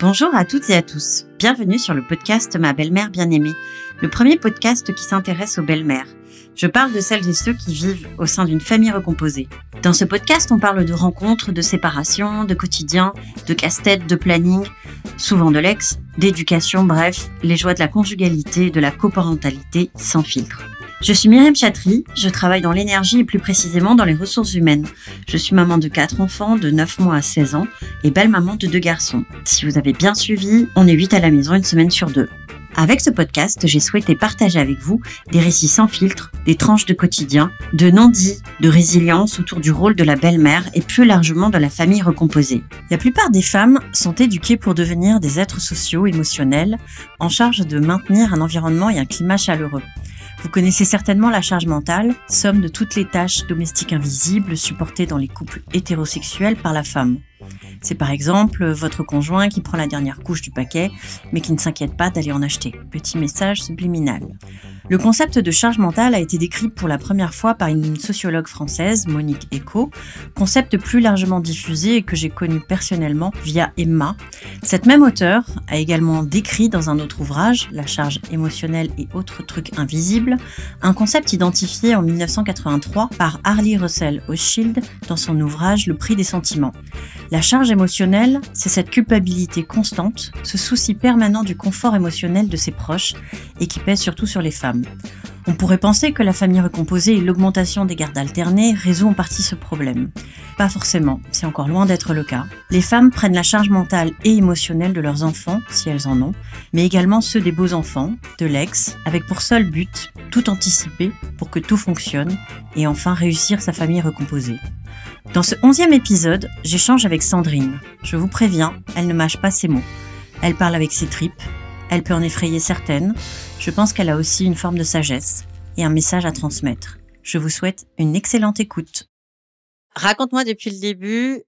Bonjour à toutes et à tous. Bienvenue sur le podcast Ma belle-mère bien-aimée, le premier podcast qui s'intéresse aux belles-mères. Je parle de celles et ceux qui vivent au sein d'une famille recomposée. Dans ce podcast, on parle de rencontres, de séparation, de quotidien, de casse-tête, de planning, souvent de l'ex, d'éducation, bref, les joies de la conjugalité et de la coparentalité sans filtre. Je suis Myriam Chatry, je travaille dans l'énergie et plus précisément dans les ressources humaines. Je suis maman de 4 enfants de 9 mois à 16 ans et belle-maman de 2 garçons. Si vous avez bien suivi, on est 8 à la maison une semaine sur 2. Avec ce podcast, j'ai souhaité partager avec vous des récits sans filtre, des tranches de quotidien, de non-dits, de résilience autour du rôle de la belle-mère et plus largement de la famille recomposée. La plupart des femmes sont éduquées pour devenir des êtres sociaux, émotionnels, en charge de maintenir un environnement et un climat chaleureux. Vous connaissez certainement la charge mentale, somme de toutes les tâches domestiques invisibles supportées dans les couples hétérosexuels par la femme. C'est par exemple votre conjoint qui prend la dernière couche du paquet, mais qui ne s'inquiète pas d'aller en acheter. Petit message subliminal. Le concept de charge mentale a été décrit pour la première fois par une sociologue française, Monique Eco, concept plus largement diffusé et que j'ai connu personnellement via Emma. Cette même auteure a également décrit dans un autre ouvrage, La charge émotionnelle et autres trucs invisibles, un concept identifié en 1983 par Harley Russell Hochschild dans son ouvrage Le prix des sentiments. La charge émotionnelle, c'est cette culpabilité constante, ce souci permanent du confort émotionnel de ses proches et qui pèse surtout sur les femmes. On pourrait penser que la famille recomposée et l'augmentation des gardes alternés résout en partie ce problème. Pas forcément, c'est encore loin d'être le cas. Les femmes prennent la charge mentale et émotionnelle de leurs enfants, si elles en ont, mais également ceux des beaux-enfants, de l'ex, avec pour seul but, tout anticiper pour que tout fonctionne et enfin réussir sa famille recomposée. Dans ce 11e épisode, j'échange avec Sandrine. Je vous préviens, elle ne mâche pas ses mots. Elle parle avec ses tripes, elle peut en effrayer certaines. Je pense qu'elle a aussi une forme de sagesse et un message à transmettre. Je vous souhaite une excellente écoute. Raconte-moi depuis le début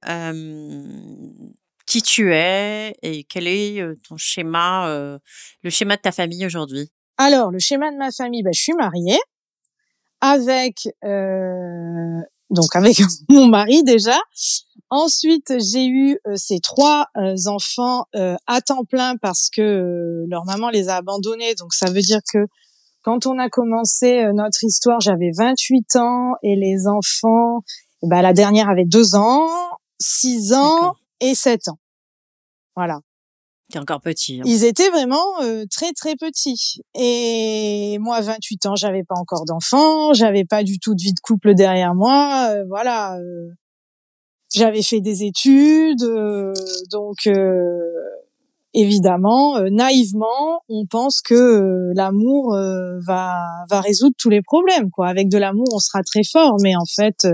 qui tu es et quel est ton schéma, le schéma de ta famille aujourd'hui. Alors, le schéma de ma famille, je suis mariée avec avec mon mari déjà. Ensuite, j'ai eu ces 3 enfants à temps plein parce que leur maman les a abandonnés. Donc, ça veut dire que quand on a commencé notre histoire, j'avais 28 ans et les enfants, la dernière avait 2 ans, 6 ans D'accord. et 7 ans. Voilà. T'es encore petit. Hein. Ils étaient vraiment très très petits. Et moi, 28 ans, j'avais pas encore d'enfants, j'avais pas du tout de vie de couple derrière moi. J'avais fait des études, évidemment, naïvement, on pense que l'amour va résoudre tous les problèmes, quoi. Avec de l'amour, on sera très fort, mais en fait,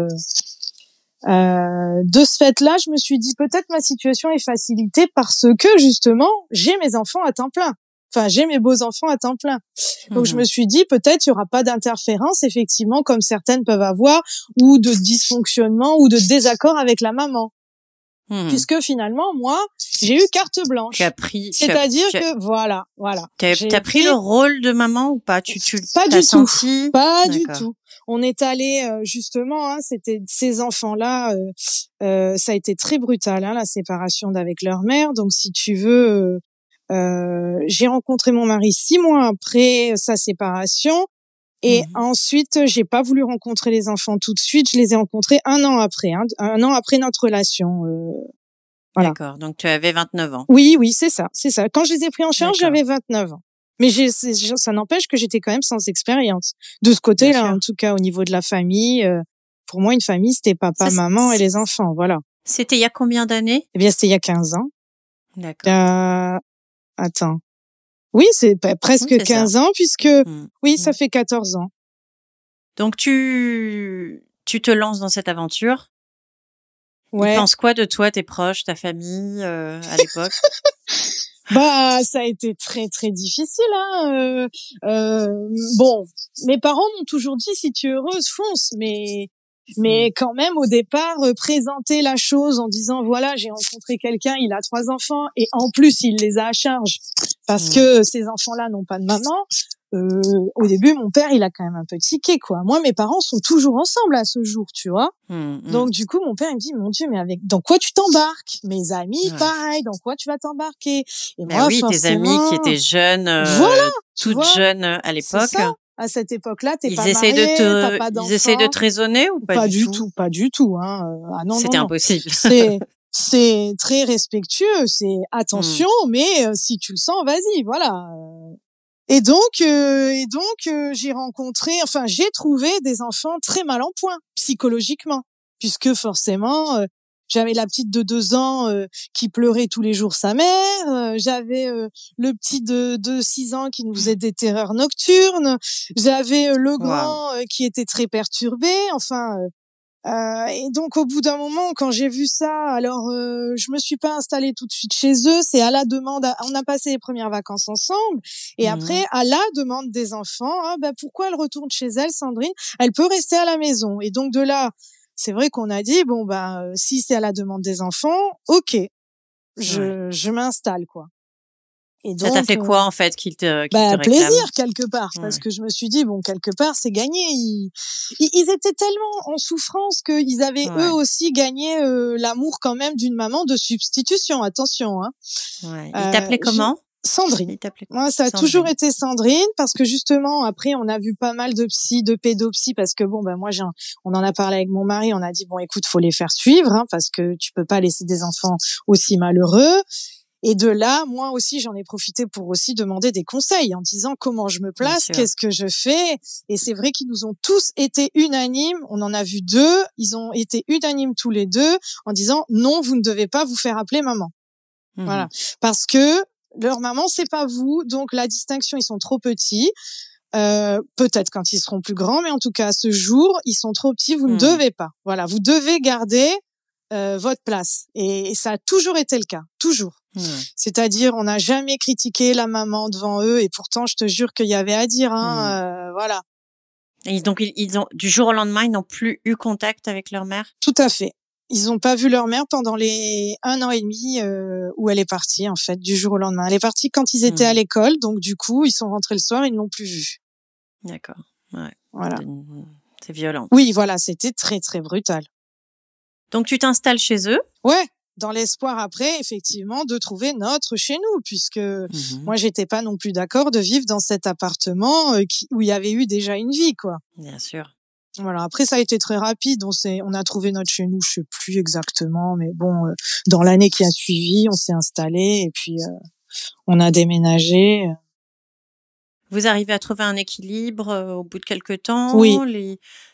de ce fait-là, je me suis dit peut-être ma situation est facilitée parce que justement, j'ai mes enfants à temps plein. Enfin, j'ai mes beaux-enfants à temps plein. Donc, je me suis dit, peut-être, il y aura pas d'interférence, effectivement, comme certaines peuvent avoir, ou de dysfonctionnement, ou de désaccord avec la maman. Puisque finalement, moi, j'ai eu carte blanche. C'est-à-dire que, voilà. T'as pris le rôle de maman ou pas? Pas t'as du tout. senti? Pas du tout. On est allé, justement, c'était ces enfants-là, ça a été très brutal, la séparation d'avec leur mère. Donc, si tu veux, j'ai rencontré mon mari 6 mois après sa séparation et ensuite j'ai pas voulu rencontrer les enfants tout de suite, je les ai rencontrés 1 an après, 1 an après notre relation. Voilà. D'accord, donc tu avais 29 ans. Oui, c'est ça. Quand je les ai pris en charge, j'avais 29 ans. Mais ça n'empêche que j'étais quand même sans expérience. De ce côté-là, en tout cas, au niveau de la famille, pour moi, une famille, c'était papa, maman et les enfants, voilà. C'était il y a combien d'années? Eh bien, c'était il y a 15 ans. D'accord. Attends. Oui, c'est presque 15 ans puisque, ça fait 14 ans. Donc, tu te lances dans cette aventure. Ouais. Ils pensent quoi de toi, tes proches, ta famille, à l'époque? Ça a été très, très difficile, bon, mes parents m'ont toujours dit, si tu es heureuse, fonce, mais quand même, au départ, présenter la chose en disant, voilà, j'ai rencontré quelqu'un, il a 3 enfants, et en plus, il les a à charge, parce que ces enfants-là n'ont pas de maman. au début, mon père, il a quand même un peu tiqué, quoi. Moi, mes parents sont toujours ensemble à ce jour, tu vois. Donc, du coup, mon père, il me dit, mon Dieu, mais dans quoi tu t'embarques? Mes amis, pareil, dans quoi tu vas t'embarquer? Et moi, oui, forcément. Tes amis qui étaient jeunes, voilà, toutes jeunes à l'époque. C'est ça. À cette époque-là, t'es pas marié, t'as pas d'enfant. Ils essayent de te raisonner ou pas du tout? Pas du tout, hein. Ah non, C'était non, impossible. C'est très respectueux, c'est attention, mais si tu le sens, vas-y, voilà. Et donc, j'ai trouvé des enfants très mal en point psychologiquement, puisque forcément, j'avais la petite de 2 ans qui pleurait tous les jours sa mère, j'avais le petit de 6 ans qui nous faisait des terreurs nocturnes, j'avais le grand qui était très perturbé, enfin. Et donc au bout d'un moment, quand j'ai vu ça, alors je me suis pas installée tout de suite chez eux. C'est à la demande. On a passé les premières vacances ensemble, et après à la demande des enfants, pourquoi elle retourne chez elle, Sandrine? Elle peut rester à la maison. Et donc de là, c'est vrai qu'on a dit si c'est à la demande des enfants, ok, je m'installe quoi. Et donc, ça t'a fait quoi en fait qu'il te réclame? Plaisir quelque part, parce que je me suis dit quelque part c'est gagné. Ils étaient tellement en souffrance qu'ils avaient eux aussi gagné l'amour quand même d'une maman de substitution. Attention, hein. Ils t'appelaient comment? Sandrine. Moi, ça a toujours été Sandrine, parce que justement après on a vu pas mal de psy, de pédopsie, parce que moi on en a parlé avec mon mari, on a dit écoute, faut les faire suivre, hein, parce que tu peux pas laisser des enfants aussi malheureux. Et de là, moi aussi, j'en ai profité pour aussi demander des conseils en disant comment je me place, qu'est-ce que je fais. Et c'est vrai qu'ils nous ont tous été unanimes. On en a vu 2. Ils ont été unanimes tous les 2 en disant non, vous ne devez pas vous faire appeler maman. Voilà. Parce que leur maman, c'est pas vous. Donc la distinction, ils sont trop petits. Peut-être quand ils seront plus grands, mais en tout cas, à ce jour, ils sont trop petits. Vous ne devez pas. Voilà. Vous devez garder votre place. Et ça a toujours été le cas. Toujours. C'est-à-dire, on n'a jamais critiqué la maman devant eux, et pourtant, je te jure qu'il y avait à dire, hein, voilà. Et donc, ils ont, du jour au lendemain, ils n'ont plus eu contact avec leur mère? Tout à fait. Ils n'ont pas vu leur mère pendant les 1 an et demi où elle est partie, en fait, du jour au lendemain. Elle est partie quand ils étaient à l'école, donc du coup, ils sont rentrés le soir, ils ne l'ont plus vue. D'accord. Ouais. Voilà. C'est violent. Oui, voilà, c'était très, très brutal. Donc, tu t'installes chez eux? Ouais. Dans l'espoir après, effectivement, de trouver notre chez nous, puisque moi, j'étais pas non plus d'accord de vivre dans cet appartement où il y avait eu déjà une vie, quoi. Bien sûr. Voilà. Après, ça a été très rapide. On a trouvé notre chez nous, je sais plus exactement, mais dans l'année qui a suivi, on s'est installé et puis on a déménagé. Vous arrivez à trouver un équilibre au bout de quelques temps? Oui.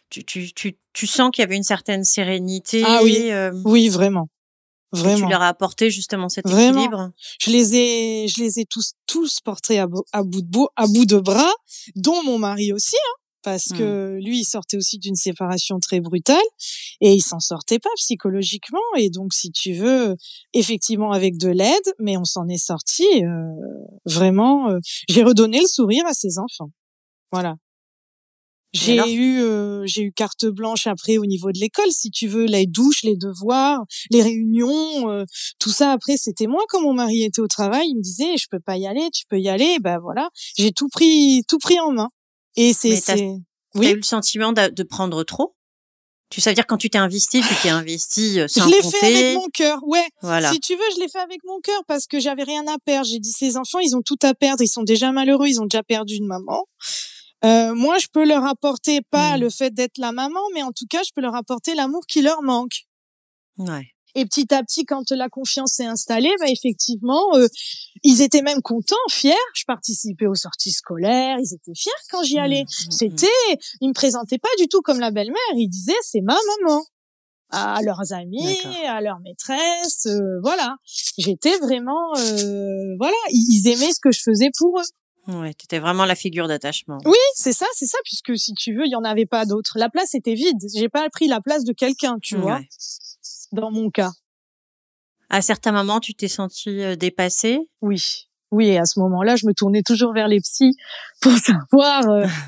Tu sens qu'il y avait une certaine sérénité? Ah oui. Oui, vraiment. Vraiment. Et tu leur as apporté justement cet équilibre. Je les ai tous portés à bout de bras, dont mon mari aussi, hein, parce que lui, il sortait aussi d'une séparation très brutale et il s'en sortait pas psychologiquement. Et donc, si tu veux, effectivement avec de l'aide, mais on s'en est sorti vraiment. J'ai redonné le sourire à ses enfants. Voilà. J'ai eu carte blanche après au niveau de l'école, si tu veux, les douches, les devoirs, les réunions, tout ça après c'était moi. Quand mon mari était au travail, il me disait je peux pas y aller, tu peux y aller. Ben voilà, j'ai tout pris en main. Et t'as eu le sentiment de prendre trop? Ça veut dire quand tu t'es investi sans compter. Je l'ai fait avec mon cœur, ouais. Voilà. Si tu veux, je l'ai fait avec mon cœur parce que j'avais rien à perdre. J'ai dit ces enfants, ils ont tout à perdre, ils sont déjà malheureux, ils ont déjà perdu une maman. Moi, je peux leur apporter pas le fait d'être la maman, mais en tout cas, je peux leur apporter l'amour qui leur manque. Ouais. Et petit à petit, quand la confiance s'est installée, effectivement, ils étaient même contents, fiers. Je participais aux sorties scolaires, ils étaient fiers quand j'y allais. Ils me présentaient pas du tout comme la belle-mère, ils disaient c'est ma maman. À leurs amis, à leurs maîtresses, voilà. J'étais vraiment, voilà, ils aimaient ce que je faisais pour eux. Ouais, t'étais vraiment la figure d'attachement. Oui, c'est ça, puisque si tu veux, il y en avait pas d'autres. La place était vide. J'ai pas pris la place de quelqu'un, tu vois. Dans mon cas. À certains moments, tu t'es sentie dépassée? Oui. Oui, et à ce moment-là, je me tournais toujours vers les psys pour savoir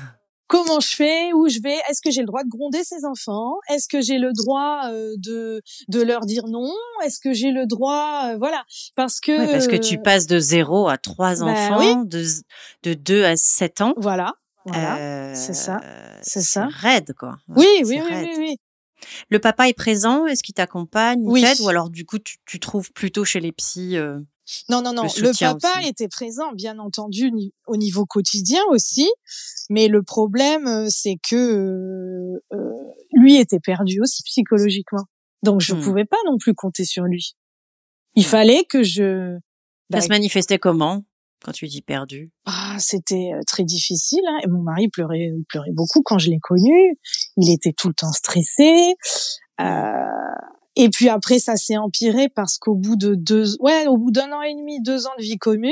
comment je fais, où je vais, est-ce que j'ai le droit de gronder ces enfants, est-ce que j'ai le droit de leur dire non, est-ce que j'ai le droit, voilà, parce Oui, parce que tu que passes de 0 à 3 ben oui, enfants, de 2 à 7 ans. voilà, c'est C'est ça. raide, quoi. Ouais, Oui, c'est oui, oui, raide. oui, oui, Le papa est présent? Est-ce qu'il t'accompagne? Il oui. t'aide? Ou alors, du coup, tu trouves plutôt chez les psys Non, non, le non. Le soutien papa aussi? était présent, bien entendu, au niveau quotidien aussi. Mais le problème, c'est que lui était perdu aussi psychologiquement. Donc, je Hmm, pouvais pas non plus compter sur lui. Il hmm. fallait que je... Ça Bah, se manifestait comment quand tu dis perdu? c'était très difficile. Hein. Et mon mari il pleurait beaucoup quand je l'ai connu. Il était tout le temps stressé. Hmm, Et puis après, ça s'est empiré parce qu'au bout de au bout d'1 an et demi, 2 ans de vie commune,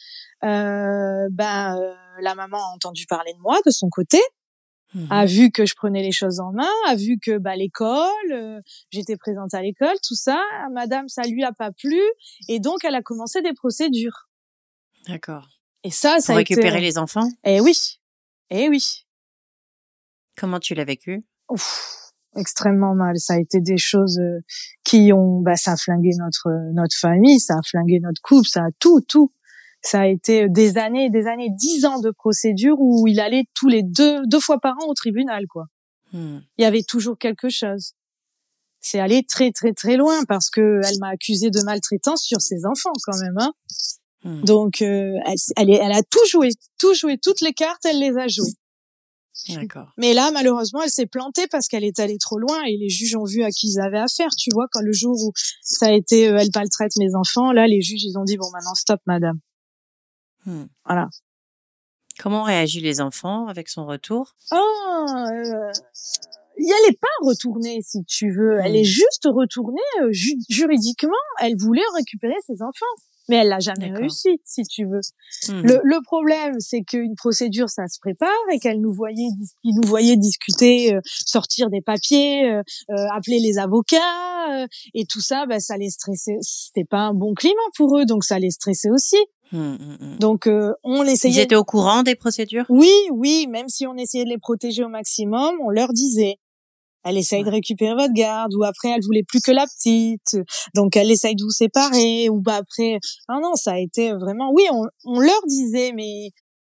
la maman a entendu parler de moi de son côté, a mhm. vu que je prenais les choses en main, a vu que l'école, j'étais présente à l'école, tout ça. Madame, ça lui a pas plu, et donc elle a commencé des procédures. D'accord. Et ça Pour a été, récupérer les enfants? eh oui, eh oui, Comment tu l'as vécu? ouf, extrêmement mal. Ça a été des choses qui ont, ça a flingué notre famille, ça a flingué notre couple, ça a tout. Ça a été des années, 10 ans de procédure où il allait tous les deux fois par an au tribunal, quoi. Hmm, Il y avait toujours quelque chose. C'est allé très, très, très loin parce que elle m'a accusé de maltraitance sur ses enfants, quand même, hein. hmm. Donc, elle a tout joué, toutes les cartes, elle les a jouées. D'accord. Mais là, malheureusement, elle s'est plantée parce qu'elle est allée trop loin et les juges ont vu à qui ils avaient affaire. Tu vois, quand le jour où ça a été, elle maltraite mes enfants, là, les juges, ils ont dit, bon, maintenant, stop, madame. Hmm. Voilà. Comment réagissent les enfants avec son retour? Ah, elle est pas retournée, si tu veux. Elle est Hmm, juste retournée juridiquement. Elle voulait récupérer ses enfants. Mais elle l'a jamais d'accord. réussi, si tu veux. Mhm, Le problème, c'est qu'une procédure, ça se prépare et qu'ils nous voyaient discuter, sortir des papiers, appeler les avocats, et tout ça, ça les stressait. C'était pas un bon climat pour eux, donc ça les stressait aussi. hmm, hmm, hmm. Donc, on Ils essayait. étaient au courant des procédures? Oui, même si on essayait de les protéger au maximum, on leur disait. Elle essaye de Ouais. récupérer votre garde, ou après elle voulait plus que la petite, donc elle essaye de vous séparer, ou après, ah non, ça a été vraiment, oui, on leur disait, mais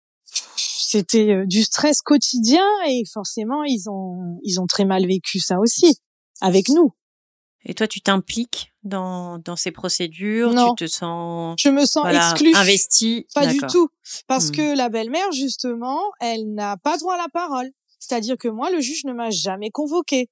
c'était du stress quotidien, et forcément ils ont très mal vécu ça aussi, avec nous. Et toi, tu t'impliques dans ces procédures? Tu Non, te sens, je me sens voilà, exclue, investi? pas du D'accord. tout, parce Hmm, que la belle-mère, justement, elle n'a pas droit à la parole. C'est-à-dire que moi, le juge ne m'a jamais convoquée.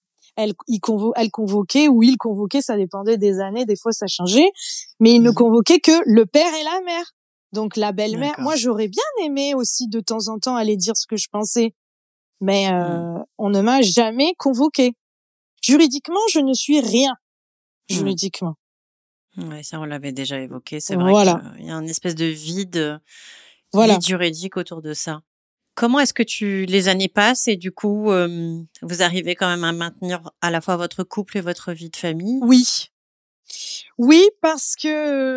Elle convoquait, ou il convoquait, ça dépendait des années, des fois ça changeait, mais il ne mhm. convoquait que le père et la mère. Donc la belle-mère, D'accord. moi j'aurais bien aimé aussi de temps en temps aller dire ce que je pensais, mais Hmm, on ne m'a jamais convoqué. Juridiquement, je ne suis rien, hmm. juridiquement. Ouais, ça, on l'avait déjà évoqué. C'est vrai qu'il Voilà, y a une espèce de voilà. vide juridique autour de ça. Comment est-ce que les années passent et du coup, vous arrivez quand même à maintenir à la fois votre couple et votre vie de famille? Oui, oui, parce que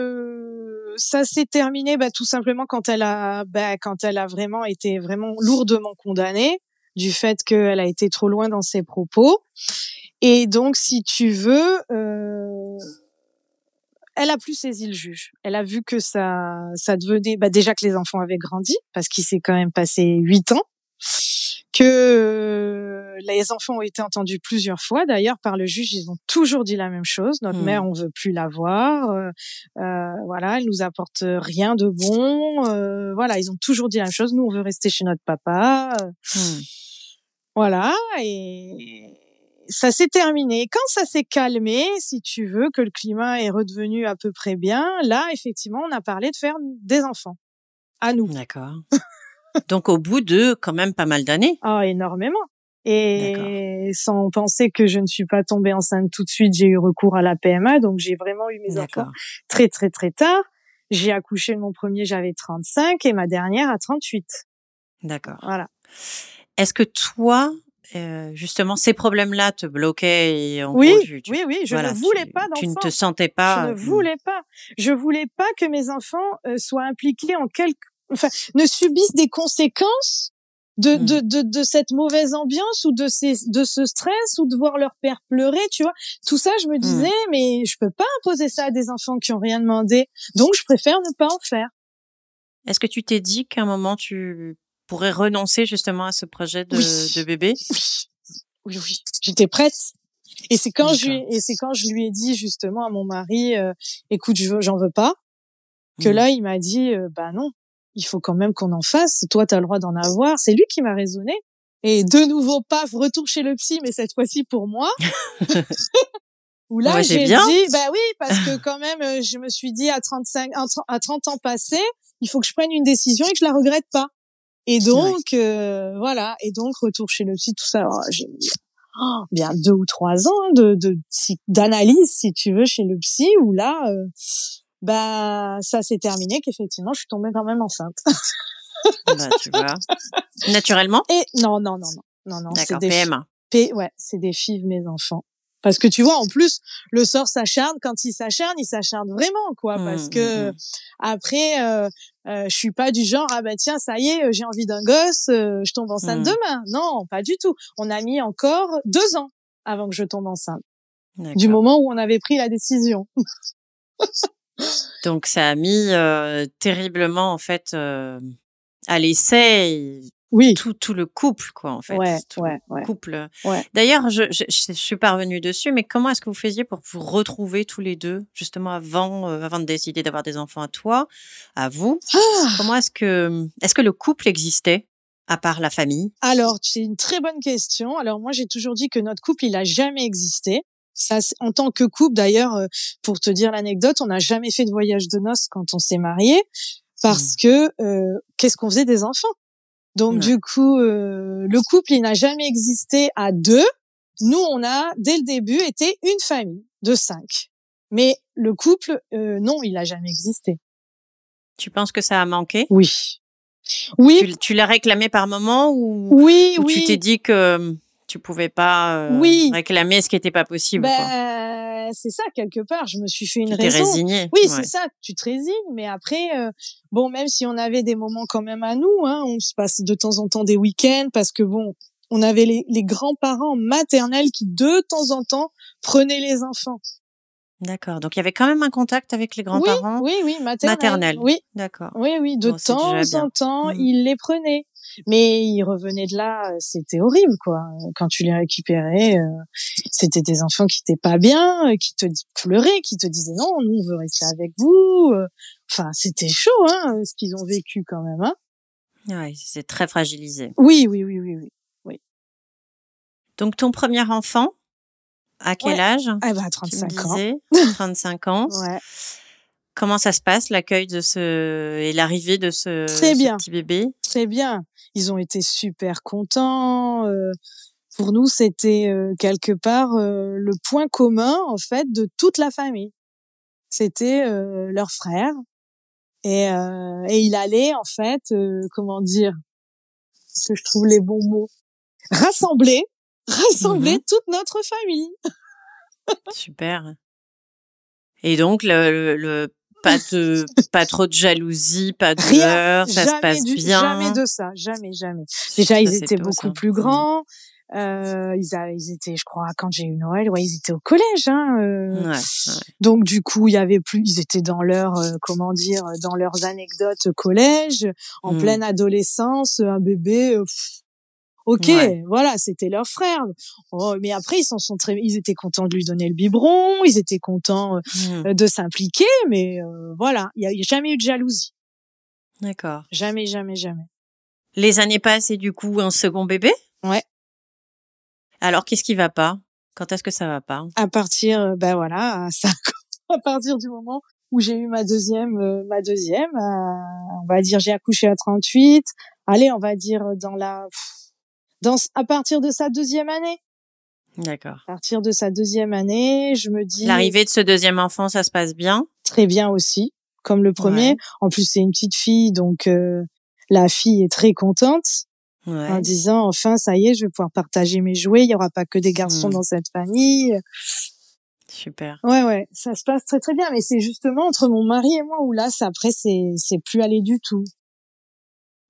ça s'est terminé, tout simplement quand elle a vraiment été vraiment lourdement condamnée du fait qu'elle a été trop loin dans ses propos. Et donc, si tu veux, elle a plus saisi le juge. Elle a vu que ça devenait, déjà que les enfants avaient grandi, parce qu'il s'est quand même passé 8 ans, que les enfants ont été entendus plusieurs fois. D'ailleurs, par le juge, ils ont toujours dit la même chose. Notre mère, Hmm, on veut plus la voir. Voilà, elle nous apporte rien de bon. Voilà, ils ont toujours dit la même chose. Nous, on veut rester chez notre papa. hmm. Voilà, et ça s'est terminé. Quand ça s'est calmé, si tu veux, que le climat est redevenu à peu près bien, là, effectivement, on a parlé de faire des enfants. À nous. D'accord. Donc, au bout de quand même pas mal d'années? Ah, énormément. D'accord. Et sans penser que je ne suis pas tombée enceinte tout de suite, j'ai eu recours à la PMA, donc j'ai vraiment eu mes enfants D'accord. très, très, très tard. J'ai accouché de mon premier, j'avais 35, et ma dernière à 38. D'accord. Voilà. Est-ce que toi, justement, ces problèmes-là te bloquaient et en Oui, gros, oui, je ne voilà, voulais pas tu ne te d'enfants. sentais Je ne pas. voulais pas. Je voulais pas que mes enfants soient impliqués ne subissent des conséquences de cette mauvaise ambiance ou de ce stress ou de voir leur père pleurer, tu vois. Tout ça, je me disais, mais je peux pas imposer ça à des enfants qui ont rien demandé. Donc, je préfère ne pas en faire. Est-ce que tu t'es dit qu'à un moment, tu pourrais renoncer justement à ce projet de bébé? Oui. J'étais prête. Et c'est quand je lui ai dit justement à mon mari, écoute, j'en veux pas, que là, il m'a dit, bah non, il faut quand même qu'on en fasse. Toi, t'as le droit d'en avoir. C'est lui qui m'a raisonné. Et de nouveau, paf, retour chez le psy, mais cette fois-ci pour moi. Où là, ouais, j'ai bien. dit, bah oui, parce que quand même, je me suis dit à 30 ans passés, il faut que je prenne une décision et que je la regrette pas. Et donc, voilà. Et donc, retour chez le psy, tout ça. Alors, j'ai mis bien 2 ou 3 ans d'analyse, si tu veux, chez le psy, où là, bah, ça s'est terminé qu'effectivement, je suis tombée quand même enceinte. Bah, tu vois. Naturellement? Et non, c'est D'accord, des PMA. ouais, c'est des FIV, mes enfants. Parce que tu vois, en plus, le sort s'acharne. Quand il s'acharne vraiment, quoi. Parce que après, je suis pas du genre, ah bah tiens, ça y est, j'ai envie d'un gosse, je tombe enceinte demain. Non, pas du tout. On a mis encore 2 ans avant que je tombe enceinte. D'accord. Du moment où on avait pris la décision. Donc, ça a mis terriblement, en fait, à l'essai Oui. tout le couple, quoi, en fait. Ouais. Couple. Ouais. D'ailleurs, je suis pas revenue dessus, mais comment est-ce que vous faisiez pour vous retrouver tous les deux, justement, avant de décider d'avoir des enfants à vous? Comment est-ce que le couple existait, à part la famille? Alors, c'est une très bonne question. Alors, moi, j'ai toujours dit que notre couple, il a jamais existé. Ça, en tant que couple, d'ailleurs, pour te dire l'anecdote, on n'a jamais fait de voyage de noces quand on s'est mariés parce que qu'est-ce qu'on faisait des enfants? Donc du coup, le couple, il n'a jamais existé à 2. Nous, on a dès le début été une famille de 5. Mais le couple, non, il n'a jamais existé. Tu penses que ça a manqué? Oui. Tu l'as réclamé par moment ou tu t'es dit que tu pouvais pas réclamer ce qui était pas possible, quoi. C'est ça, quelque part. Je me suis fait une raison. Tu t'es résignée. Oui, c'est ça. Tu te résignes. Mais après, bon, même si on avait des moments quand même à nous, hein, on se passe de temps en temps des week-ends parce que bon, on avait les grands-parents maternels qui de temps en temps prenaient les enfants. D'accord. Donc il y avait quand même un contact avec les grands-parents. Oui, maternels. Oui. D'accord. Oui, de temps en temps, ils les prenaient. Mais ils revenaient de là, c'était horrible, quoi. Quand tu les récupérais, c'était des enfants qui étaient pas bien, qui te pleuraient, qui te disaient non, nous on veut rester avec vous. Enfin, c'était chaud, hein, ce qu'ils ont vécu quand même, hein. Ouais, c'est très fragilisé. Oui. Donc ton premier enfant, à quel âge? Eh ben, 35 ans. 35 ans. Ouais. Comment ça se passe, l'accueil et l'arrivée de ce petit bébé? Très bien. Ils ont été super contents. Pour nous, c'était quelque part le point commun, en fait, de toute la famille. C'était leur frère. Et il allait, en fait, comment dire, que je trouve les bons mots, rassembler toute notre famille. Super. Et donc, pas trop de jalousie, pas de heurts, ça se passe bien. Jamais de ça, jamais. Déjà, ils étaient beaucoup plus grands. Ils étaient, je crois, quand j'ai eu Noël, ils étaient au collège, hein. Donc du coup, il y avait plus, ils étaient dans dans leurs anecdotes collège, en pleine adolescence, un bébé. Ok, voilà, c'était leur frère. Oh, mais après, ils étaient contents de lui donner le biberon, ils étaient contents de s'impliquer, mais voilà, il y a jamais eu de jalousie. D'accord. Jamais. Les années passent et du coup, un second bébé? Ouais. Alors, qu'est-ce qui va pas? Quand est-ce que ça va pas? À partir, à partir du moment où j'ai eu ma deuxième, on va dire, j'ai accouché à 38. Allez, on va dire à partir de sa 2e année. D'accord. À partir de sa 2e année, je me dis. L'arrivée de ce deuxième enfant, ça se passe bien? Très bien aussi, comme le premier. Ouais. En plus, c'est une petite fille, donc la fille est très contente. Ouais. En disant, enfin, ça y est, je vais pouvoir partager mes jouets. Il y aura pas que des garçons dans cette famille. Super. Ouais, ça se passe très très bien. Mais c'est justement entre mon mari et moi où là, après, c'est plus allé du tout.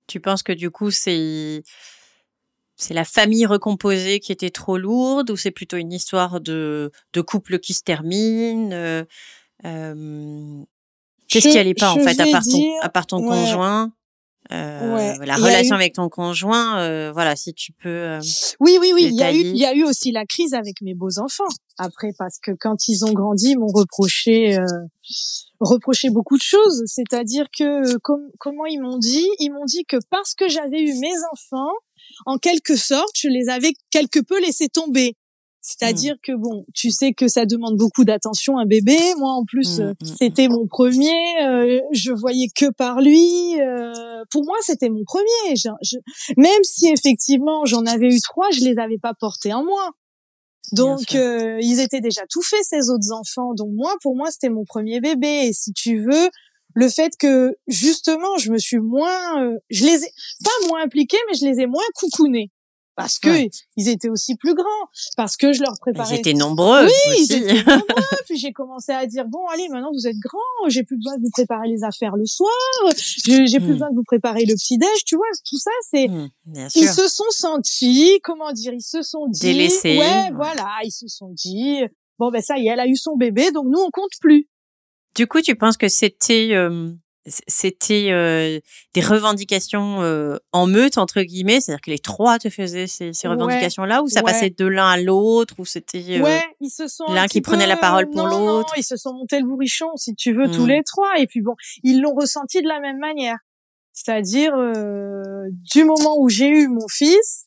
Tu penses que du coup, c'est la famille recomposée qui était trop lourde ou c'est plutôt une histoire de couple qui se termine euh, Qu'est-ce qui allait pas en Je fait, vais dire, à part ton ouais, conjoint ouais, la il y a relation eu, avec ton conjoint, voilà, si tu peux oui, oui, oui, il détailler. y a eu aussi la crise avec mes beaux-enfants. Après, parce que quand ils ont grandi, ils m'ont reproché beaucoup de choses. C'est-à-dire que, comment ils m'ont dit? Ils m'ont dit que parce que j'avais eu mes enfants, en quelque sorte, je les avais quelque peu laissés tomber. Hmm, C'est-à-dire que bon, tu sais que ça demande beaucoup d'attention un bébé. Moi, en plus, c'était mon premier. Je voyais que par lui. Pour moi, c'était mon premier. Même si effectivement j'en avais eu 3, je les avais pas portés en moi. bien Donc sûr. ils étaient déjà tout faits ces autres enfants. Donc moi, pour moi, c'était mon premier bébé. Et si tu veux, le fait que justement, je me suis moins, je les ai pas moins impliqués, mais je les ai moins coucounés parce que Ouais. ils étaient aussi plus grands, parce que je leur Ils préparais. étaient Oui, nombreux ils aussi. étaient nombreux. Puis j'ai commencé à dire bon, allez, maintenant vous êtes grands, j'ai plus besoin de vous préparer les affaires le soir, j'ai plus Hmm, besoin de vous préparer le petit déj. Tu vois, tout ça, c'est bien ils sûr. se sont sentis, comment dire, ils se sont dit, Délaissés. ouais, Ouais. voilà, ils se sont dit, bon ben ça y est, elle a eu son bébé, donc nous on compte plus. Du coup, tu penses que c'était des revendications en meute entre guillemets, c'est-à-dire que les trois te faisaient ces Ouais, revendications-là, ou ça ouais, passait de l'un à l'autre, ou c'était ouais, ils se sont un l'un qui petit peu, prenait la parole pour non, non, l'autre? ils se sont montés le bourrichon, si tu veux, tous Hmm, les trois. Et puis bon, ils l'ont ressenti de la même manière. C'est-à-dire, du moment où j'ai eu mon fils,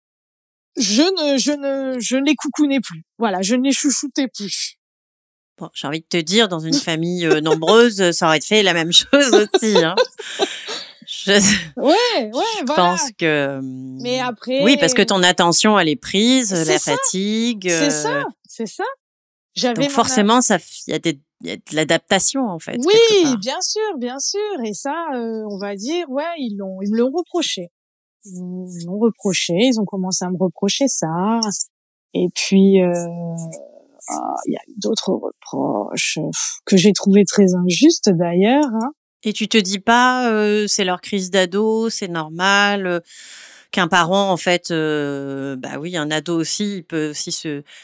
je ne les coucounais plus. Voilà, je ne les chouchoutais plus. Bon, j'ai envie de te dire, dans une famille nombreuse, ça aurait fait la même chose aussi, hein. Je, Ouais, ouais, je voilà. pense que Mais oui, parce que après, ton attention elle est prise, c'est la ça, fatigue, c'est ça, c'est ça. J'avais donc mon, forcément il y a de l'adaptation en fait oui, quelque part. bien sûr. Et ça, on va dire, ouais, ils me l'ont reproché. Ils me l'ont reproché. Ils ont commencé à me reprocher ça. Et puis, il y a eu d'autres reproches que j'ai trouvé très injustes d'ailleurs. Hein. Et tu te dis pas, c'est leur crise d'ado, c'est normal, qu'un parent en fait, bah oui, un ado aussi, il peut aussi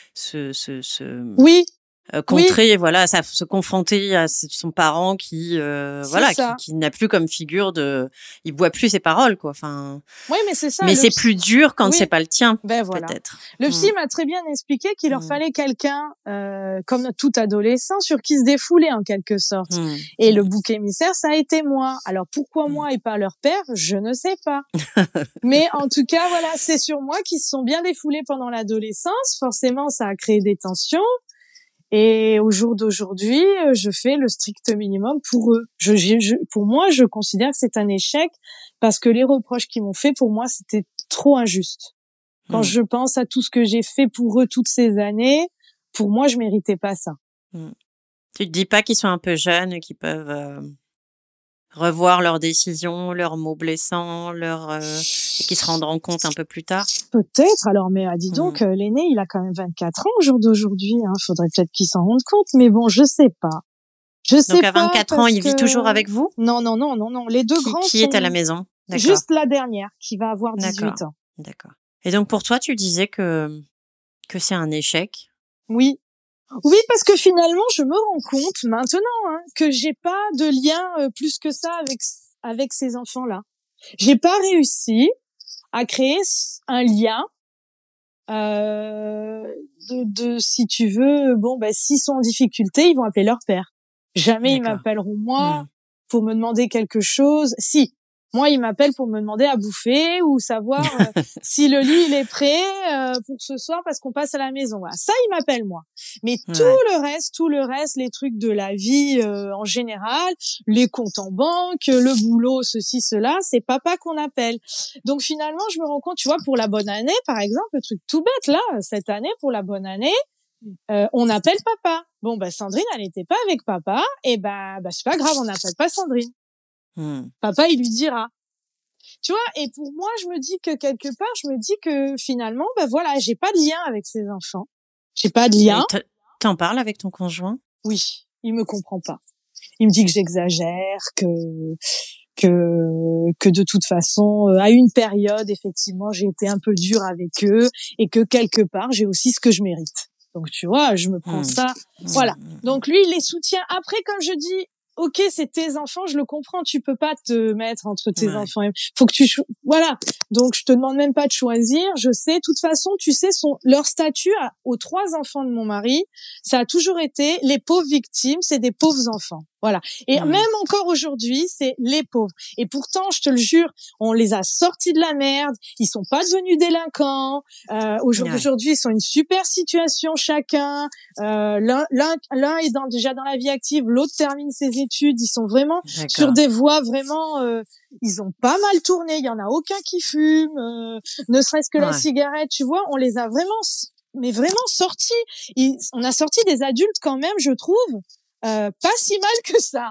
se Oui, oui, contrer, voilà, se confronter à son parent qui, c'est voilà, ça. qui n'a plus comme figure il boit plus ses paroles, quoi. Enfin, Oui, mais c'est ça. mais c'est plus dur quand c'est Oui, pas le tien, ben voilà. peut-être. Le Mmh. psy m'a très bien expliqué qu'il leur Mmh. fallait quelqu'un, comme tout adolescent, sur qui se défouler en quelque sorte. Mmh. Et le Mmh. bouc émissaire, ça a été moi. Alors pourquoi Mmh. moi et pas leur père, je ne sais pas. Mais en tout cas, voilà, c'est sur moi qu'ils se sont bien défoulés pendant l'adolescence. Forcément, ça a créé des tensions. Et au jour d'aujourd'hui, je fais le strict minimum pour eux. Pour moi, je considère que c'est un échec parce que les reproches qu'ils m'ont fait, pour moi, c'était trop injuste. Quand Mmh. je pense à tout ce que j'ai fait pour eux toutes ces années, pour moi, je méritais pas ça. Mmh. Tu te dis pas qu'ils sont un peu jeunes et qu'ils peuvent revoir leurs décisions, leurs mots blessants, et qu'ils se rendront compte un peu plus tard? Peut-être, alors, mais dis Mmh. donc, l'aîné, il a quand même 24 ans au jour d'aujourd'hui. Hein. Faudrait peut-être qu'il s'en rende compte, mais bon, je sais pas. Je sais Donc à pas 24 ans, parce il vit que toujours avec vous? non, non, non, non, non. Les deux grands Qui est à la sont maison? D'accord, juste la dernière qui va avoir 18 d'accord, ans. d'accord. Et donc pour toi, tu disais que c'est un échec? Oui, oui, parce que finalement, je me rends compte maintenant hein, que j'ai pas de lien plus que ça avec ces enfants-là. J'ai pas réussi à créer un lien si tu veux, bon, ben, s'ils sont en difficulté, ils vont appeler leur père. Jamais ils D'accord. m'appelleront moi Mmh. pour me demander quelque chose. Si, moi, ils m'appellent pour me demander à bouffer ou savoir si le lit il est prêt pour ce soir parce qu'on passe à la maison. Voilà. Ça, ils m'appellent moi. Mais Ouais. tout le reste, les trucs de la vie en général, les comptes en banque, le boulot, ceci, cela, c'est papa qu'on appelle. Donc finalement, je me rends compte, tu vois, pour la bonne année, par exemple, le truc tout bête là, cette année pour la bonne année, on appelle papa. Bon, bah Sandrine, elle n'était pas avec papa, et bah c'est pas grave, on n'appelle pas Sandrine. Mmh. Papa, il lui dira. Tu vois, et pour moi, je me dis que quelque part, je me dis que finalement, bah voilà, j'ai pas de lien avec ces enfants. J'ai pas de lien. Et t'en parles avec ton conjoint? Oui, il me comprend pas. Il me dit que j'exagère, que de toute façon, à une période, effectivement, j'ai été un peu dure avec eux et que quelque part, j'ai aussi ce que je mérite. Donc, tu vois, je me prends ça. Voilà. Donc, lui, il les soutient. Après, comme je dis, ok, c'est tes enfants, je le comprends. Tu peux pas te mettre entre tes enfants. Faut que voilà. Donc, je te demande même pas de choisir. Je sais, de toute façon, tu sais, leur statut aux 3 enfants de mon mari, ça a toujours été les pauvres victimes, c'est des pauvres enfants. Voilà. Et même encore aujourd'hui, c'est les pauvres. Et pourtant, je te le jure, on les a sortis de la merde. Ils sont pas devenus délinquants. Aujourd'hui, ils sont une super situation chacun. L'un est déjà dans la vie active, l'autre termine ses études. Ils sont vraiment sur des voies vraiment. Ils ont pas mal tourné. Il y en a aucun qui fume, ne serait-ce que la cigarette. Tu vois, on les a vraiment sortis. On a sorti des adultes quand même, je trouve. Pas si mal que ça.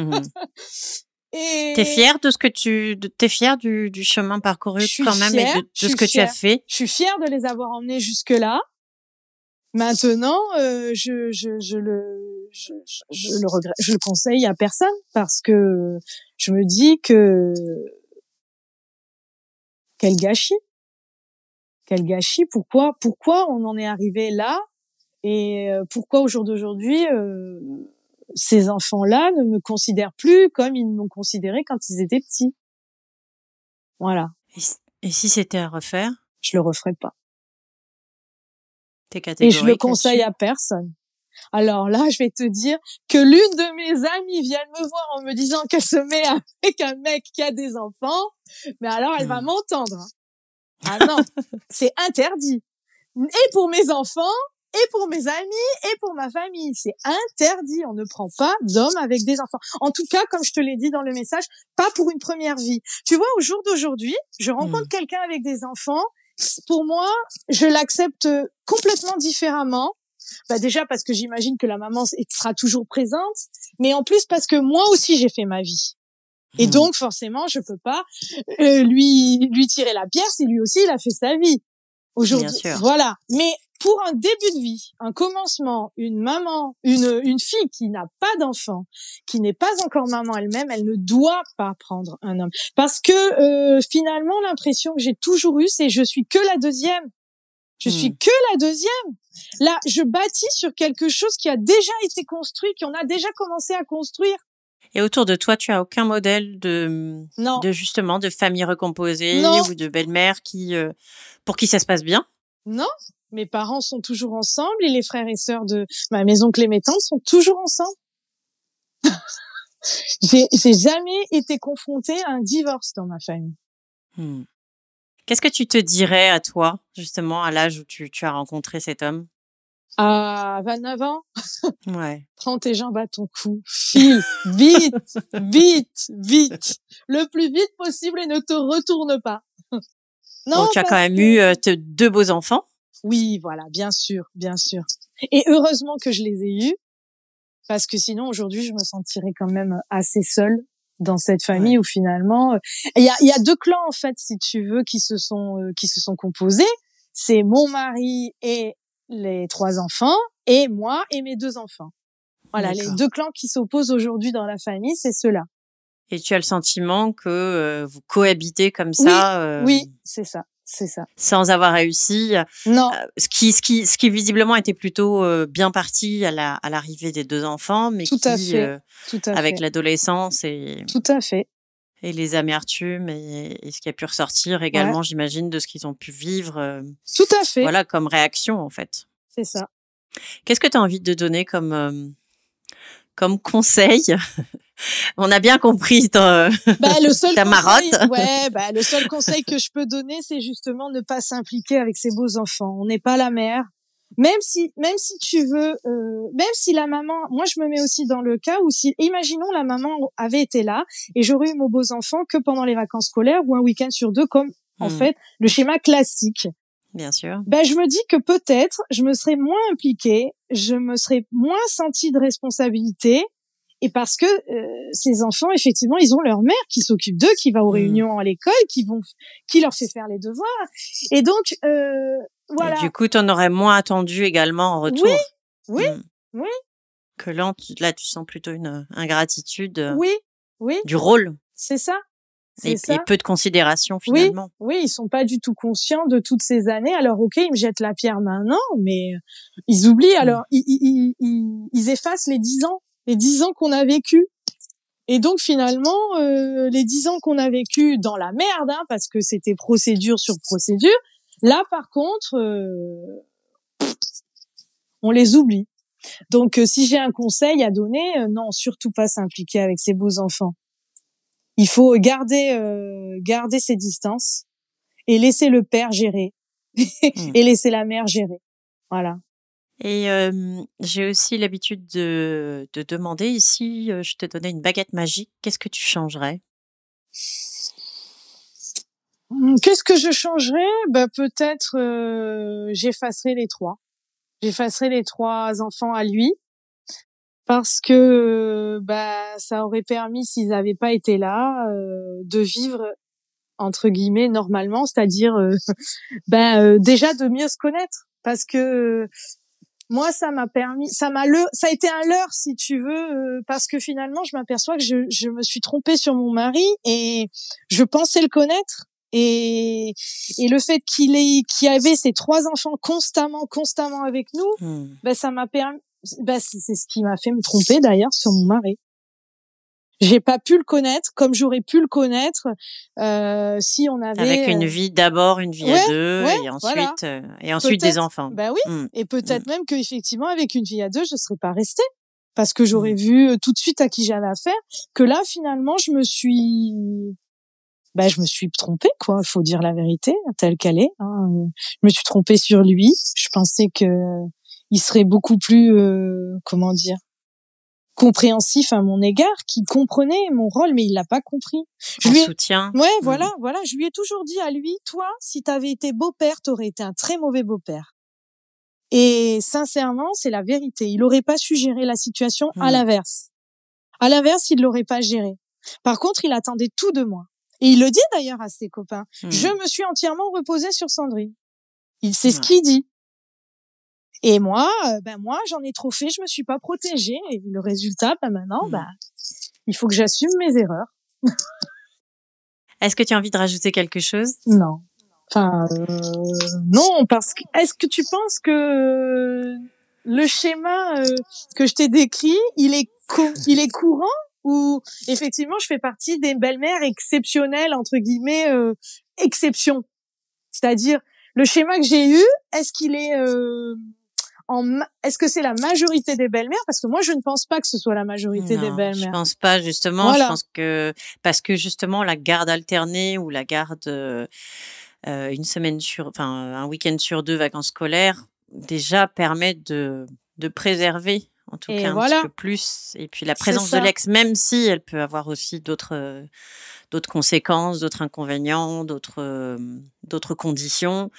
Et t'es fière de t'es fière du chemin parcouru quand même et de ce que tu as fait. Je suis fière de les avoir emmenés jusque là. Maintenant, je le conseille à personne parce que je me dis que quel gâchis. Pourquoi on en est arrivé là et pourquoi au jour d'aujourd'hui ces enfants-là ne me considèrent plus comme ils m'ont considéré quand ils étaient petits. Voilà. Et si c'était à refaire? Je le referais pas. T'es catégorique et je le conseille à personne. Alors là, je vais te dire que l'une de mes amies vient me voir en me disant qu'elle se met avec un mec qui a des enfants. Mais alors, elle va m'entendre. Ah non, c'est interdit. Et pour mes enfants, et pour mes amis, et pour ma famille. C'est interdit. On ne prend pas d'hommes avec des enfants. En tout cas, comme je te l'ai dit dans le message, pas pour une première vie. Tu vois, au jour d'aujourd'hui, je rencontre quelqu'un avec des enfants. Pour moi, je l'accepte complètement différemment. Déjà parce que j'imagine que la maman sera toujours présente, mais en plus parce que moi aussi j'ai fait ma vie. Et donc forcément, je peux pas lui tirer la pierre si lui aussi il a fait sa vie. Aujourd'hui, voilà. Mais pour un début de vie, un commencement, une maman, une fille qui n'a pas d'enfant, qui n'est pas encore maman elle-même, elle ne doit pas prendre un homme. Parce que finalement, l'impression que j'ai toujours eue, c'est je suis que la deuxième. Je suis que la deuxième. Là, je bâtis sur quelque chose qui a déjà été construit, qu'on a déjà commencé à construire. Et autour de toi, tu as aucun modèle de justement de famille recomposée ou de belle-mère pour qui ça se passe bien? Non, mes parents sont toujours ensemble et les frères et sœurs de mes oncles et mes tantes sont toujours ensemble. J'ai jamais été confrontée à un divorce dans ma famille. Qu'est-ce que tu te dirais à toi, justement, à l'âge où tu as rencontré cet homme? À 29 ans? Ouais. Prends tes jambes à ton cou. File. Vite. Vite. Vite. Le plus vite possible et ne te retourne pas. Non, tu as quand même eu 2 beaux enfants. Oui, voilà, bien sûr, bien sûr. Et heureusement que je les ai eus, parce que sinon, aujourd'hui, je me sentirais quand même assez seule dans cette famille où finalement, il y a 2 clans, en fait, si tu veux, qui se sont composés. C'est mon mari et les 3 enfants, et moi et mes 2 enfants. Voilà, les 2 clans qui s'opposent aujourd'hui dans la famille, c'est ceux-là. Et tu as le sentiment que vous cohabitez comme ça? Oui, c'est ça. C'est ça. Sans avoir réussi. Non. Ce qui visiblement était plutôt bien parti à l'arrivée des 2 enfants, mais tout à fait. Avec l'adolescence et tout à fait. Et les amertumes et ce qui a pu ressortir également, j'imagine, de ce qu'ils ont pu vivre. Tout à fait. Voilà, comme réaction en fait. C'est ça. Qu'est-ce que tu as envie de donner comme conseil? On a bien compris ta marotte. Le seul conseil que je peux donner, c'est justement ne pas s'impliquer avec ses beaux enfants. On n'est pas la mère. Même si tu veux, même si la maman, moi je me mets aussi dans le cas où imaginons la maman avait été là et j'aurais eu mes beaux enfants que pendant les vacances scolaires ou un week-end sur 2 comme en fait le schéma classique. Bien sûr. Je me dis que peut-être je me serais moins impliquée, je me serais moins sentie de responsabilité. Et parce que ces enfants, effectivement, ils ont leur mère qui s'occupe d'eux, qui va aux réunions à l'école, qui leur fait faire les devoirs. Et donc, voilà. Et du coup, tu en aurais moins attendu également en retour. Oui. Que là, tu sens plutôt une ingratitude. Oui. Du rôle. C'est ça. Et peu de considération finalement. Oui, ils sont pas du tout conscients de toutes ces années. Alors ok, ils me jettent la pierre maintenant, mais ils oublient. Alors ils effacent les 10 ans qu'on a vécu. Et donc finalement, les 10 ans qu'on a vécu dans la merde, hein, parce que c'était procédure sur procédure. Là, par contre, on les oublie. Donc, si j'ai un conseil à donner, non, surtout pas s'impliquer avec ces beaux enfants. Il faut garder ses distances et laisser le père gérer et laisser la mère gérer. Voilà. Et j'ai aussi l'habitude de demander, ici, je te donnais une baguette magique, qu'est-ce que tu changerais? Qu'est-ce que je changerais? Peut-être j'effacerais les 3. J'effacerais les 3 enfants à lui parce que ça aurait permis, s'ils n'avaient pas été là, de vivre entre guillemets normalement, c'est-à-dire déjà de mieux se connaître, parce que moi ça a été un leurre si tu veux, parce que finalement je m'aperçois que je me suis trompée sur mon mari et je pensais le connaître. Et le fait qu'il avait ces 3 enfants constamment avec nous, ça m'a permis, c'est ce qui m'a fait me tromper d'ailleurs sur mon mari. J'ai pas pu le connaître comme j'aurais pu le connaître si on avait avec une vie d'abord, une vie à 2 et ensuite voilà. Des enfants. Oui, et peut-être même que effectivement avec une vie à 2, je serais pas restée parce que j'aurais vu tout de suite à qui j'avais affaire, que là finalement je me suis trompée, quoi. Il faut dire la vérité telle qu'elle est. Hein. Je me suis trompée sur lui. Je pensais que il serait beaucoup plus, compréhensif à mon égard, qui comprenait mon rôle, mais il l'a pas compris. Soutien. Ouais, voilà. Je lui ai toujours dit à lui, toi, si t'avais été beau-père, t'aurais été un très mauvais beau-père. Et sincèrement, c'est la vérité. Il aurait pas su gérer la situation à l'inverse. À l'inverse, il l'aurait pas géré. Par contre, il attendait tout de moi. Et il le dit d'ailleurs à ses copains. Je me suis entièrement reposée sur Sandrine. C'est ce qu'il dit. Et moi, j'en ai trop fait, je me suis pas protégée. Et le résultat, maintenant, il faut que j'assume mes erreurs. Est-ce que tu as envie de rajouter quelque chose? Non. Enfin, non, parce que, est-ce que tu penses que le schéma que je t'ai décrit, il est courant? Ou effectivement je fais partie des belles-mères exceptionnelles, entre guillemets, exception. C'est-à-dire le schéma que j'ai eu, est-ce qu'il est est-ce que c'est la majorité des belles-mères? Parce que moi je ne pense pas que ce soit la majorité des belles-mères. Je pense pas, justement. Voilà. Je pense que parce que justement la garde alternée ou la garde un week-end sur 2, vacances scolaires, déjà permet de préserver en tout cas un petit peu plus. Et puis la présence de l'ex, même si elle peut avoir aussi d'autres conséquences, d'autres inconvénients, d'autres conditions.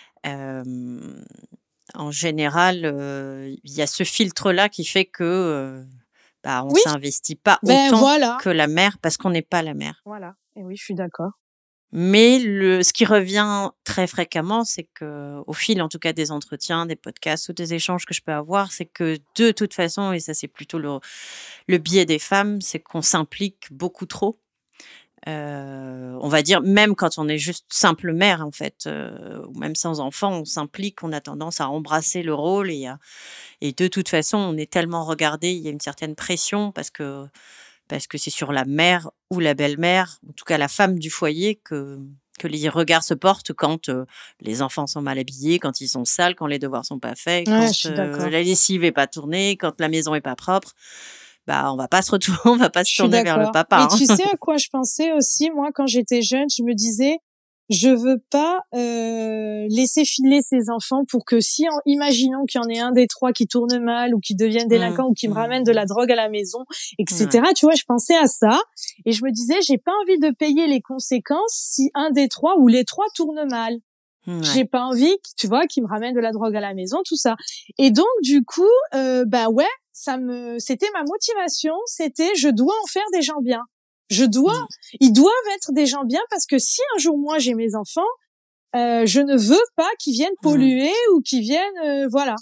En général, il y a ce filtre-là qui fait que on s'investit pas autant que la mère parce qu'on n'est pas la mère. Voilà. Et oui, je suis d'accord. Mais ce qui revient très fréquemment, c'est que, au fil, en tout cas, des entretiens, des podcasts ou des échanges que je peux avoir, c'est que de toute façon, et ça c'est plutôt le biais des femmes, c'est qu'on s'implique beaucoup trop. On va dire, même quand on est juste simple mère, en fait, ou même sans enfant, on s'implique, on a tendance à embrasser le rôle et de toute façon, on est tellement regardé, il y a une certaine pression parce que c'est sur la mère ou la belle-mère, en tout cas la femme du foyer, que les regards se portent quand les enfants sont mal habillés, quand ils sont sales, quand les devoirs sont pas faits, quand la lessive est pas tournée, quand la maison est pas propre. On va pas se tourner vers le papa. Et tu sais à quoi je pensais aussi, moi, quand j'étais jeune, je me disais, je veux pas laisser filer ces enfants pour que imaginons qu'il y en ait un des 3 qui tourne mal ou qui devienne délinquant ou qui me ramène de la drogue à la maison, etc. Tu vois, je pensais à ça et je me disais, j'ai pas envie de payer les conséquences si un des 3 ou les 3 tournent mal. J'ai pas envie, tu vois, qu'il me ramène de la drogue à la maison, tout ça. Et donc, du coup, c'était ma motivation, c'était, je dois en faire des gens bien. Ils doivent être des gens bien parce que si un jour moi j'ai mes enfants, je ne veux pas qu'ils viennent polluer ou qu'ils viennent, voilà.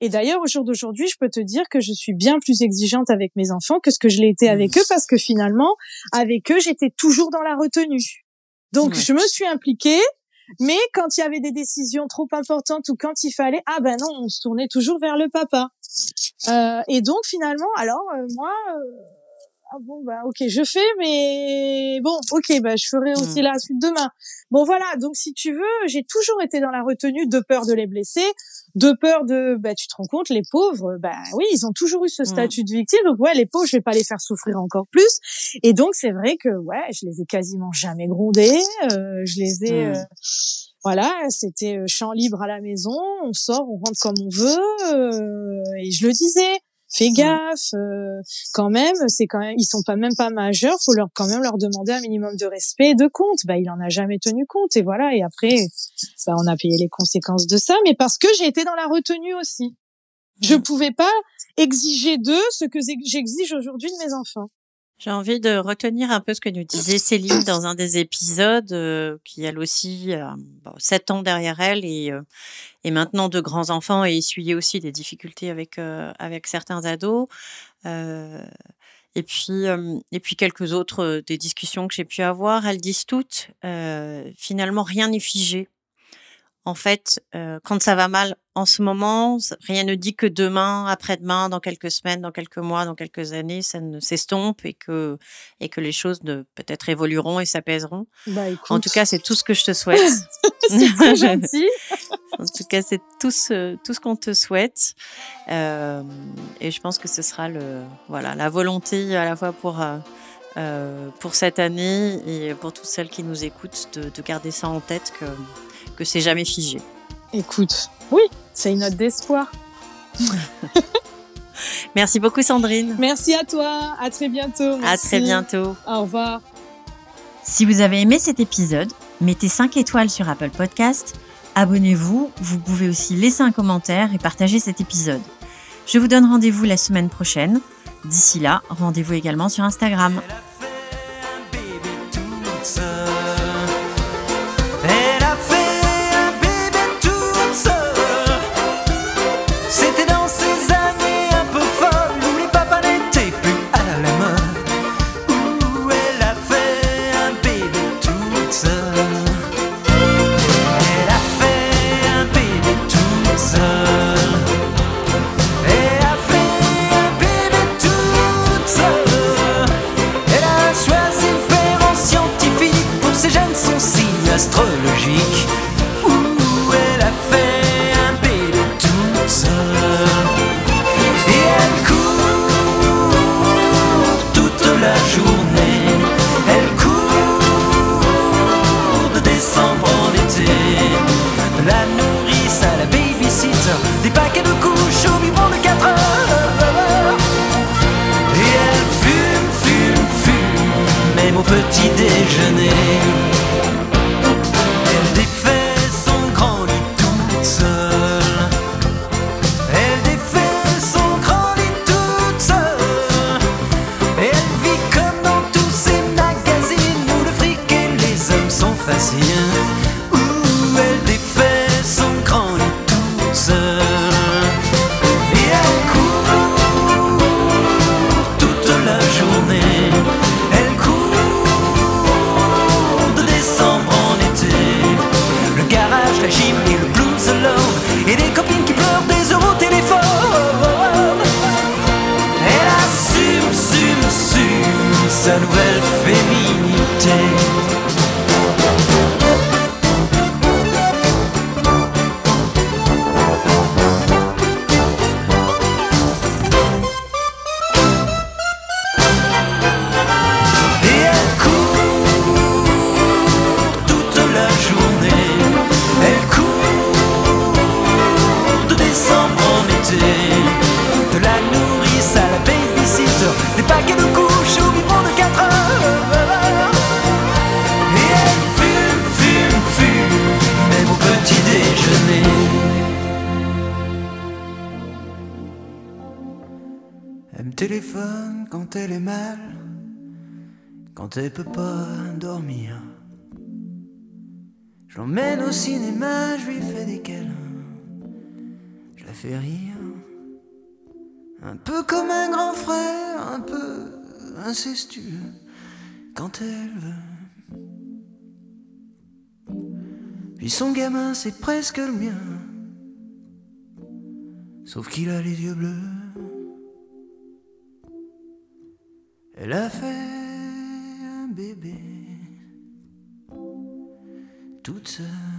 Et d'ailleurs, au jour d'aujourd'hui, je peux te dire que je suis bien plus exigeante avec mes enfants que ce que je l'ai été avec eux, parce que finalement, avec eux, j'étais toujours dans la retenue. Donc, je me suis impliquée, mais quand il y avait des décisions trop importantes ou quand il fallait, ah ben non, on se tournait toujours vers le papa. Et donc, finalement, alors, moi... ah bon, bah ok, je fais, mais bon, ok, bah je ferai aussi la suite demain. Bon voilà, donc si tu veux, j'ai toujours été dans la retenue de peur de les blesser, de peur de, bah tu te rends compte, les pauvres, bah oui, ils ont toujours eu ce statut de victime, donc ouais, les pauvres, je vais pas les faire souffrir encore plus. Et donc c'est vrai que ouais, je les ai quasiment jamais grondés, je les ai... voilà, c'était champ libre à la maison, on sort, on rentre comme on veut, et je le disais. Fais gaffe, quand même, ils sont même pas majeurs, faut quand même leur demander un minimum de respect et de compte. Bah, il en a jamais tenu compte, et voilà. Et après, bah, on a payé les conséquences de ça, mais parce que j'ai été dans la retenue aussi. Je pouvais pas exiger d'eux ce que j'exige aujourd'hui de mes enfants. J'ai envie de retenir un peu ce que nous disait Céline dans un des épisodes, qui elle aussi a 7 ans derrière elle et maintenant de grands enfants et essuyé aussi des difficultés avec certains ados. Et puis quelques autres des discussions que j'ai pu avoir, elles disent toutes finalement rien n'est figé. En fait, quand ça va mal en ce moment, rien ne dit que demain, après-demain, dans quelques semaines, dans quelques mois, dans quelques années, ça ne s'estompe et que les choses peut-être évolueront et s'apaiseront. Bah, écoute. En tout cas, c'est tout ce que je te souhaite. C'est très gentil. En tout cas, c'est tout ce qu'on te souhaite. Et je pense que ce sera la volonté à la fois pour cette année et pour toutes celles qui nous écoutent de garder ça en tête que c'est jamais figé. Écoute, oui, c'est une note d'espoir. Merci beaucoup Sandrine. Merci à toi, à très bientôt. Merci. À très bientôt. Au revoir. Si vous avez aimé cet épisode, mettez 5 étoiles sur Apple Podcast, abonnez-vous, vous pouvez aussi laisser un commentaire et partager cet épisode. Je vous donne rendez-vous la semaine prochaine. D'ici là, rendez-vous également sur Instagram. Astrologique où elle a fait un bébé toute seule et elle court toute la journée, elle court de décembre en été, de la nourrice à la babysitter, des paquets de couches au biberon de 4 heures et elle fume même au petit déjeuner. Où elle défait son grand lit toute seule et elle court toute la journée, elle court de décembre en été, le garage, la gym et le blues alone et des copines qui pleurent des euros au téléphone. Elle assume sa nouvelle féminité. De la nourrice à la babysitter, des paquets de couches au biberon de 4 heures et elle fume même au petit déjeuner. Elle me téléphone quand elle est mal, quand elle peut pas dormir. Je l'emmène au cinéma, je lui fais des câlins, je la fais rire. Un peu comme un grand frère, un peu incestueux quand elle veut. Puis son gamin c'est presque le mien, sauf qu'il a les yeux bleus. Elle a fait un bébé toute seule.